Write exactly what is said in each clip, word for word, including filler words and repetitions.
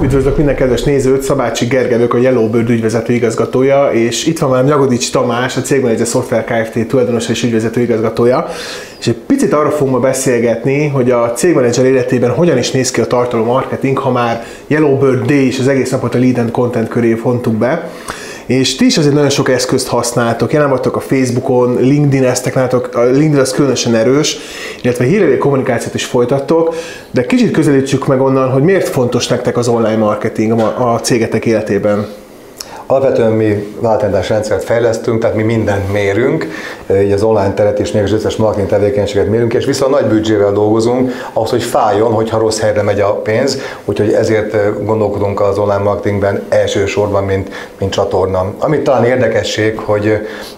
Üdvözlök minden kedves nézőt, Szabácsi Gergely vagyok, a Yellowbird ügyvezető igazgatója, és itt van velem Jagodics Tamás, a Cégmenedzser Software Kft. Tulajdonosa és ügyvezető igazgatója. És egy picit arra fogunk ma beszélgetni, hogy a cégmenedzser életében hogyan is néz ki a tartalommarketing, ha már Yellowbird Day és az egész napot a Lead and Content köré fontuk be. És ti is azért nagyon sok eszközt használtok, jelen vagytok a Facebookon, LinkedIn-eztek, nálatok, a LinkedIn az különösen erős, illetve hírlevél kommunikációt is folytattok, de kicsit közelítsük meg onnan, hogy miért fontos nektek az online marketing a cégetek életében. Alapvetően mi váltendás rendszert fejlesztünk, tehát mi mindent mérünk, így az online teret és még az összes marketing tevékenységet mérünk, és viszont nagy büdzsével dolgozunk, ahhoz, hogy fájjon, hogyha rossz helyre megy a pénz, úgyhogy ezért gondolkodunk az online marketingben elsősorban, mint, mint csatorna. Amit talán érdekesség, hogy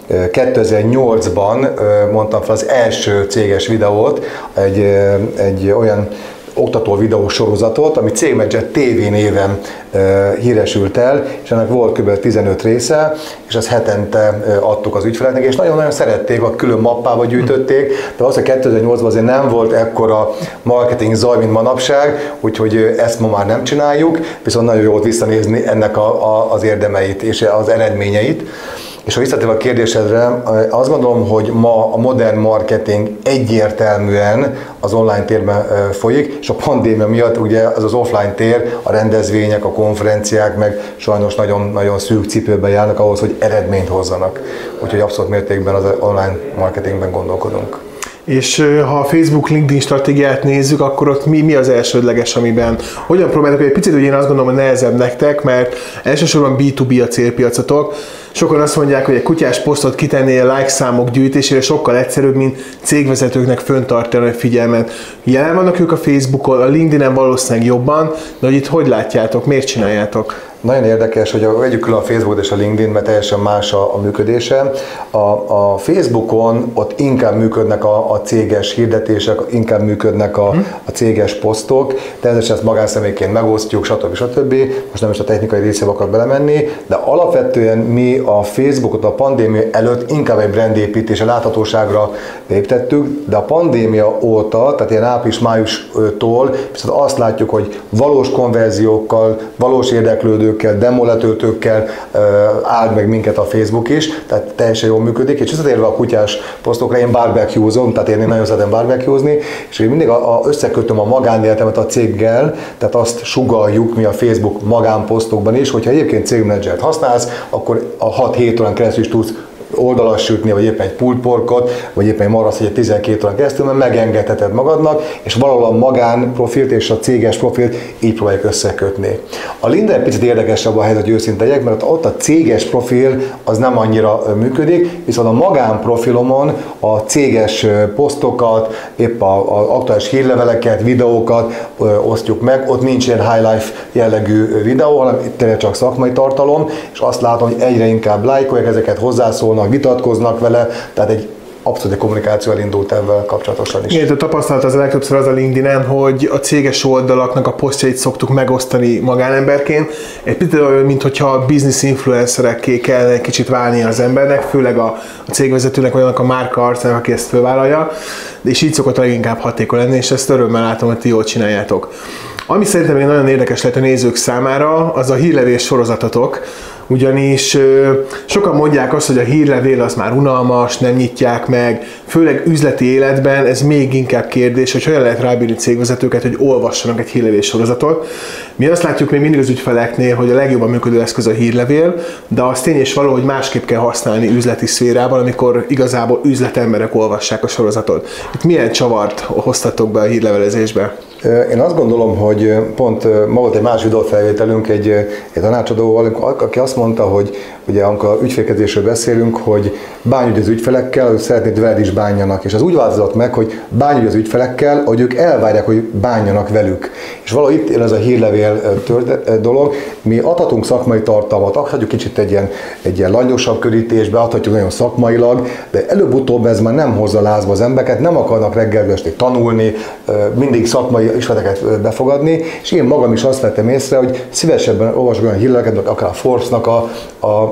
kétezer-nyolcban mondtam fel az első céges videót, egy, egy olyan oktató videós sorozatot, ami Cégmenedzser té vé néven e, híresült el, és ennek volt kb. tizenöt része, és ezt hetente e, adtuk az ügyfeleknek, és nagyon-nagyon szerették, a külön mappába gyűjtötték, de az, hogy kétezer-nyolcban azért nem volt ekkora marketing zaj, mint manapság, úgyhogy ezt ma már nem csináljuk, viszont nagyon jó volt visszanézni ennek a, a, az érdemeit és az eredményeit. És ha visszatérve a kérdésedre, azt gondolom, hogy ma a modern marketing egyértelműen az online térben folyik, és a pandémia miatt ugye az az offline tér, a rendezvények, a konferenciák meg sajnos nagyon-nagyon szűk cipőben járnak ahhoz, hogy eredményt hozzanak. Úgyhogy abszolút mértékben az online marketingben gondolkodunk. És ha a Facebook, LinkedIn stratégiát nézzük, akkor ott mi, mi az elsődleges, amiben hogyan próbáltok, egy picit, hogy én azt gondolom, hogy nehezebb nektek, mert elsősorban bé kettő bé a célpiacotok. Sokan azt mondják, hogy egy kutyás posztot kitenni a like számok gyűjtésére sokkal egyszerűbb, mint cégvezetőknek föntartani a figyelmet. Jelen vannak ők a Facebookon, a LinkedIn-en valószínűleg jobban, de hogy itt hogy látjátok, miért csináljátok? Nagyon érdekes, hogy a, vegyük külön a Facebookot és a LinkedIn, mert teljesen más a, a működése. A, a Facebookon ott inkább működnek a, a céges hirdetések, inkább működnek a, a céges posztok, természetesen ezt magánszemélyként megosztjuk, stb. stb. Most nem is a technikai részébe akar belemenni, de alapvetően mi a Facebookot a pandémia előtt inkább egy brandépítés, a láthatóságra léptettük, de a pandémia óta, tehát ilyen április-májustól viszont azt látjuk, hogy valós konverziókkal, valós érdeklődők, demoletöltőkkel áld meg minket a Facebook is, tehát teljesen jól működik, és visszatérve a kutyás posztokra, én barbecue-zom, tehát én nagyon szeretem barbecue-zni, és én mindig a, a összekötöm a magánéletemet a céggel, tehát azt sugalljuk mi a Facebook magánposztokban is, hogyha egyébként cégmenedzsert használsz, akkor a hat-hét órán keresztül is tudsz oldalas sütni, vagy éppen egy pultporkot, vagy éppen egy maraszt egy tizenkét órán keresztül, mert megengedheted magadnak, és valahol a magánprofilt és a céges profilt így próbáljuk összekötni. A LinkedIn picit érdekesebb a helyzet, hogy őszinte legyek, mert ott a céges profil az nem annyira működik, viszont a magánprofilomon a céges posztokat, épp a, a aktuális hírleveleket, videókat ö, osztjuk meg, ott nincs ilyen high life jellegű videó, hanem itt csak szakmai tartalom, és azt látom, hogy egyre inkább lájkolják ezeket, hozzászólnak, vitatkoznak vele, tehát egy abszolút egy kommunikáció elindult ezzel kapcsolatosan is. Igen, a tapasztalat az a legtöbbször az a LinkedIn-en, hogy a céges oldalaknak a posztjait szoktuk megosztani magánemberként. Egy picit olyan, mintha business influencerekké kellene egy kicsit válni az embernek, főleg a, a cégvezetőnek, vagy annak a márka arcának, aki ezt fölvállalja, és így szokott leginkább hatékony lenni, és ezt örömmel látom, hogy ti jól csináljátok. Ami szerintem még nagyon érdekes lehet a nézők számára, az a hírlevél sorozatotok, ugyanis ö, sokan mondják azt, hogy a hírlevél az már unalmas, nem nyitják meg, főleg üzleti életben ez még inkább kérdés, hogy hogyan lehet rábírni cégvezetőket, hogy olvassanak egy hírlevél sorozatot. Mi azt látjuk még mindig az ügyfeleknél, hogy a legjobban működő eszköz a hírlevél, de az tény és való, hogy másképp kell használni üzleti szférában, amikor igazából üzletemberek olvassák a sorozatot. Itt milyen csavart hoztatok be a hírlevelezésbe? Én azt gondolom, hogy pont ma volt egy más videófelvételünk egy, egy tanácsadóval, aki azt mondta, hogy ugye amikor ügyfélkezésről beszélünk, hogy bánj az ügyfelekkel, hogy szeretnéd veled is bánjanak. És az úgy változott meg, hogy bánj az ügyfelekkel, hogy ők elvárják, hogy bánjanak velük. És valahogy itt ez a hírlevél tört, dolog. Mi adhatunk szakmai tartalmat, adhatjuk kicsit egy ilyen, egy ilyen langyosabb körítésbe, adhatjuk nagyon szakmailag, de előbb-utóbb ez már nem hozza lázba az embereket, nem akarnak reggel este tanulni, mindig szakmai ismereteket befogadni, és én magam is azt vettem észre, hogy szívesebben olvasok olyan hírleveket, akár a Forbes-nak a, a,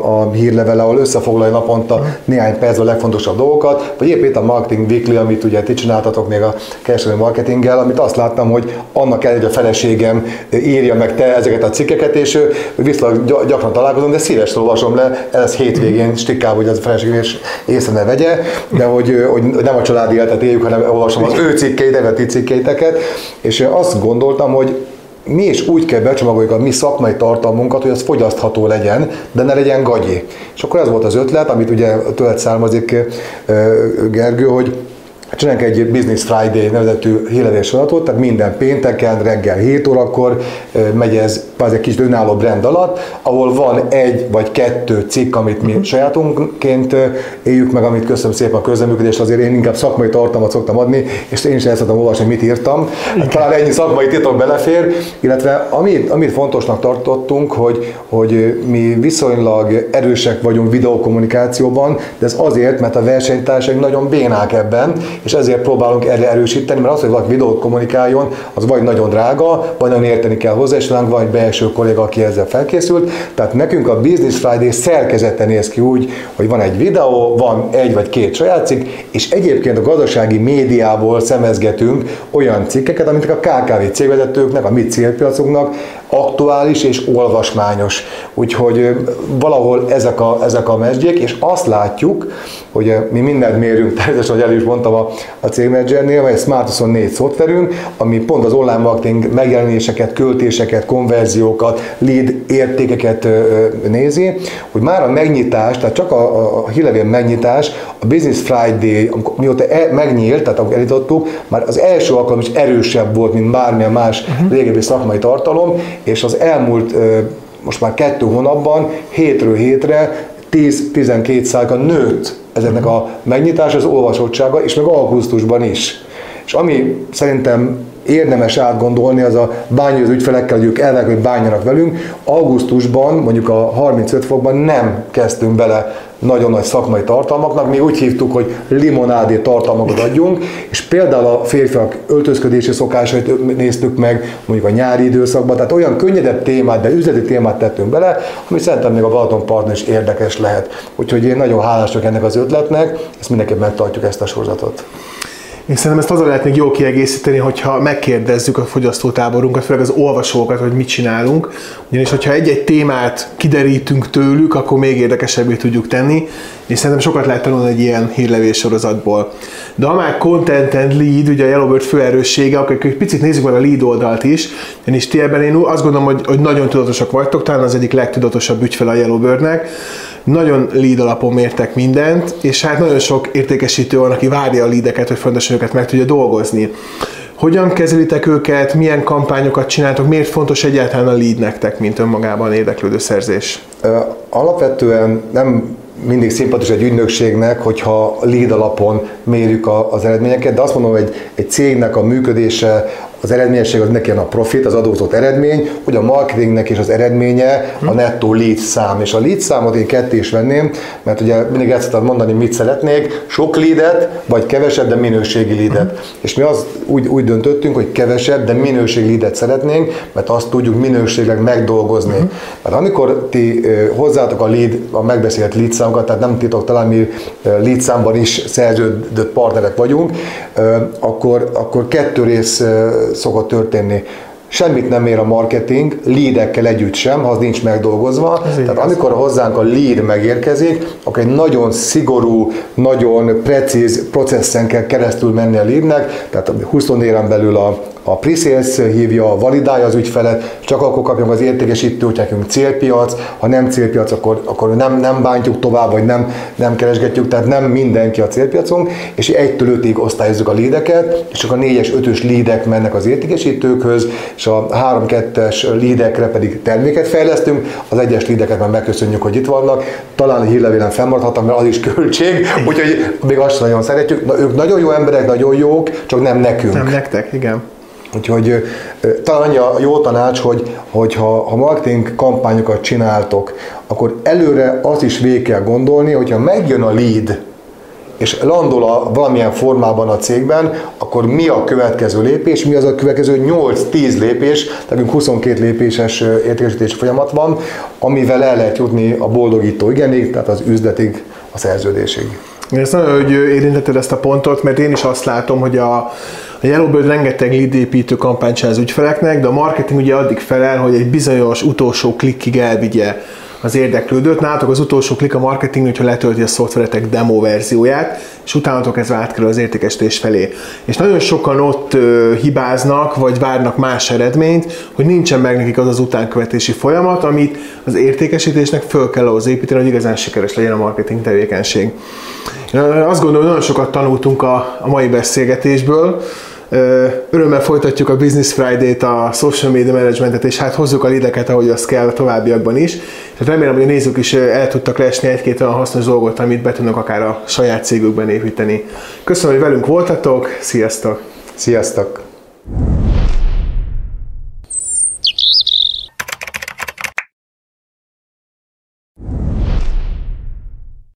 a, a hírlevele, ahol összefoglalja naponta néhány percben a legfontosabb dolgokat, vagy épp itt a Marketing Weekly, amit ugye ti csináltatok még a kereskedelmi marketinggel, amit azt láttam, hogy annak elég, hogy a feleségem írja meg te ezeket a cikkeket, és viszonylag gyakran találkozom, de szívesen olvasom le, ez hétvégén stikkával, hogy az a feleségem is észre ne vegye, de hogy, hogy nem a családi életet éljük, hanem olvasom az ő cikkeit, a ti cikkeiteket, és azt gondoltam, hogy mi is úgy kell becsomagoljuk a mi szakmai tartalmunkat, hogy az fogyasztható legyen, de ne legyen gagyi. És akkor ez volt az ötlet, amit ugye tőled származik, Gergő, hogy csinálunk egy Business Friday nevezetű hírlevés sorozatot, tehát minden pénteken reggel hét órakor megy ez egy kis önálló brand alatt, ahol van egy vagy kettő cikk, amit mi sajátunkként éljük meg, amit köszönöm szépen a közleműködést, azért én inkább szakmai tartalmat szoktam adni, és én is el szoktam olvasni, mit írtam. Talán ennyi szakmai titok belefér, illetve amit, amit fontosnak tartottunk, hogy, hogy mi viszonylag erősek vagyunk videokommunikációban, de ez azért, mert a versenytársaink nagyon bénák ebben, és ezért próbálunk erre erősíteni, mert az, hogy valaki videót kommunikáljon, az vagy nagyon drága, vagy nagyon érteni kell hozzá, és van egy belső kolléga, aki ezzel felkészült. Tehát nekünk a Business Friday szerkezete néz ki úgy, hogy van egy videó, van egy vagy két saját cikk, és egyébként a gazdasági médiából szemezgetünk olyan cikkeket, amit a ká ká vé cégvezetőknek, a mi célpiacunknak aktuális és olvasmányos. Úgyhogy valahol ezek a, ezek a mesdjék, és azt látjuk, hogy mi mindent mérünk, természetesen, hogy el is mondtam a, a cégmenedzsernél, vagy egy Smart huszonnégy szoftverünk, ami pont az online marketing megjelenéseket, költéseket, konverziókat, lead értékeket nézi, hogy már a megnyitás, tehát csak a, a, a hírlevél megnyitás, a Business Friday, amikor, mióta e, megnyílt, tehát amikor elindítottuk, már az első alkalom is erősebb volt, mint bármilyen más uh-huh. régebbi szakmai tartalom, és az elmúlt most már kettő hónapban, hétről hétre tíz-tizenkét százaléka nőtt ezeknek a megnyitás, az olvasottsága, és meg augusztusban is. És ami szerintem érdemes átgondolni, az a bányai ügyfelekkel, hogy ők elvek, hogy bánjanak velünk. Augusztusban, mondjuk a harmincöt fokban nem kezdtünk bele nagyon nagy szakmai tartalmaknak, mi úgy hívtuk, hogy limonádé tartalmakat adjunk, és például a férfiak öltözködési szokásait néztük meg, mondjuk a nyári időszakban, tehát olyan könnyedebb témát, de üzleti témát tettünk bele, ami szerintem még a Balaton partner is érdekes lehet. Úgyhogy én nagyon hálás vagyok ennek az ötletnek, ezt mindenképp megtartjuk ezt a sorozatot. Én szerintem ezt azzal lehet még jól kiegészíteni, hogyha megkérdezzük a fogyasztótáborunkat, főleg az olvasókat, hogy mit csinálunk. Ugyanis, hogyha egy-egy témát kiderítünk tőlük, akkor még érdekesebbé tudjuk tenni, és szerintem sokat lehet tanulni egy ilyen hírlevés sorozatból. De ha már content and lead, ugye a Yellowbird fő erőssége, akkor egy picit nézzük meg a lead oldalt is, és ti ebben én azt gondolom, hogy, hogy nagyon tudatosak vagytok, talán az egyik legtudatosabb ügyfele a Yellowbirdnek. Nagyon lead alapon mértek mindent, és hát nagyon sok értékesítő van, aki várja a leadeket, hogy fontosan őket meg tudja dolgozni. Hogyan kezelitek őket, milyen kampányokat csináltok, miért fontos egyáltalán a lead nektek, mint önmagában érdeklődő szerzés? Alapvetően nem mindig szimpatikus egy ügynökségnek, hogyha lead alapon mérjük az eredményeket, de azt mondom, hogy egy, egy cégnek a működése, az eredményesség az neki a profit, az adózott eredmény, hogy a marketingnek is az eredménye a nettó lead szám. És a lead számot én ketté is venném, mert ugye mindig ezt tudom mondani, mit szeretnék, sok leadet, vagy kevesebb, de minőségi leadet. Uh-huh. És mi azt úgy, úgy döntöttünk, hogy kevesebb, de minőségi leadet szeretnénk, mert azt tudjuk minőségileg megdolgozni. Uh-huh. Mert amikor ti hozzátok a lead, a megbeszélt lead számokat, tehát nem titok, talán mi lead számban is szerződött partnerek vagyunk, akkor, akkor kettő rész szokott történni. Semmit nem ér a marketing, leadekkel együtt sem, ha az nincs megdolgozva. Ez Tehát amikor hozzánk a lead megérkezik, akkor egy nagyon szigorú, nagyon precíz processzen kell keresztül menni a leadnek, tehát huszonnégy éven belül a A pre-sales hívja, validálja az ügyfelet, csak akkor kapjuk az értékesítő, hogy nekünk célpiac, ha nem célpiac, akkor, akkor nem, nem bántjuk tovább, vagy nem, nem keresgetjük, tehát nem mindenki a célpiacunk, és egytől ötig osztályozzuk a leadeket, és csak a négyes, ötös leadek mennek az értékesítőkhöz, és a három kettes leadekre pedig terméket fejlesztünk, az egyes leadeket már megköszönjük, hogy itt vannak, talán a hírlevélen fennmaradhatnak, mert az is költség, úgyhogy még azt nagyon szeretjük. Na, ők nagyon jó emberek, nagyon jók, csak nem nekünk. Nem nektek, igen. Úgyhogy talán annyi a jó tanács, hogy, hogy ha, ha marketing kampányokat csináltok, akkor előre azt is végig kell gondolni, hogyha megjön a lead, és landol a, valamilyen formában a cégben, akkor mi a következő lépés, mi az a következő nyolc-tíz lépés, nekünk huszonkét lépéses értékesítési folyamat van, amivel el lehet jutni a boldogító igenig, tehát az üzletig, a szerződésig. Én ezt nagyon, hogy érintetted ezt a pontot, mert én is azt látom, hogy a, a Yellowbird rengeteg lead építő kampányt csinál az ügyfeleknek, de a marketing ugye addig felel, hogy egy bizonyos utolsó klikkig elvigye az érdeklődőt. Nálatok az utolsó klik a marketing, hogyha letölti a szoftveretek demo verzióját, és utánatok ez átkerül az értékesítés felé. És nagyon sokan ott ö, hibáznak, vagy várnak más eredményt, hogy nincsen meg nekik az az utánkövetési folyamat, amit az értékesítésnek föl kell ahhoz építeni, hogy igazán sikeres legyen a marketing tevékenység. Én azt gondolom, hogy nagyon sokat tanultunk a, a mai beszélgetésből. Örömmel folytatjuk a Business Friday-t, a social media managementet, és hát hozzuk a lideket, ahogy az kell a továbbiakban is. És remélem, hogy a nézők is el tudtak lesni egy-két olyan hasznos dolgot, amit be tudnak akár a saját cégükben építeni. Köszönöm, hogy velünk voltatok, sziasztok! Sziasztok!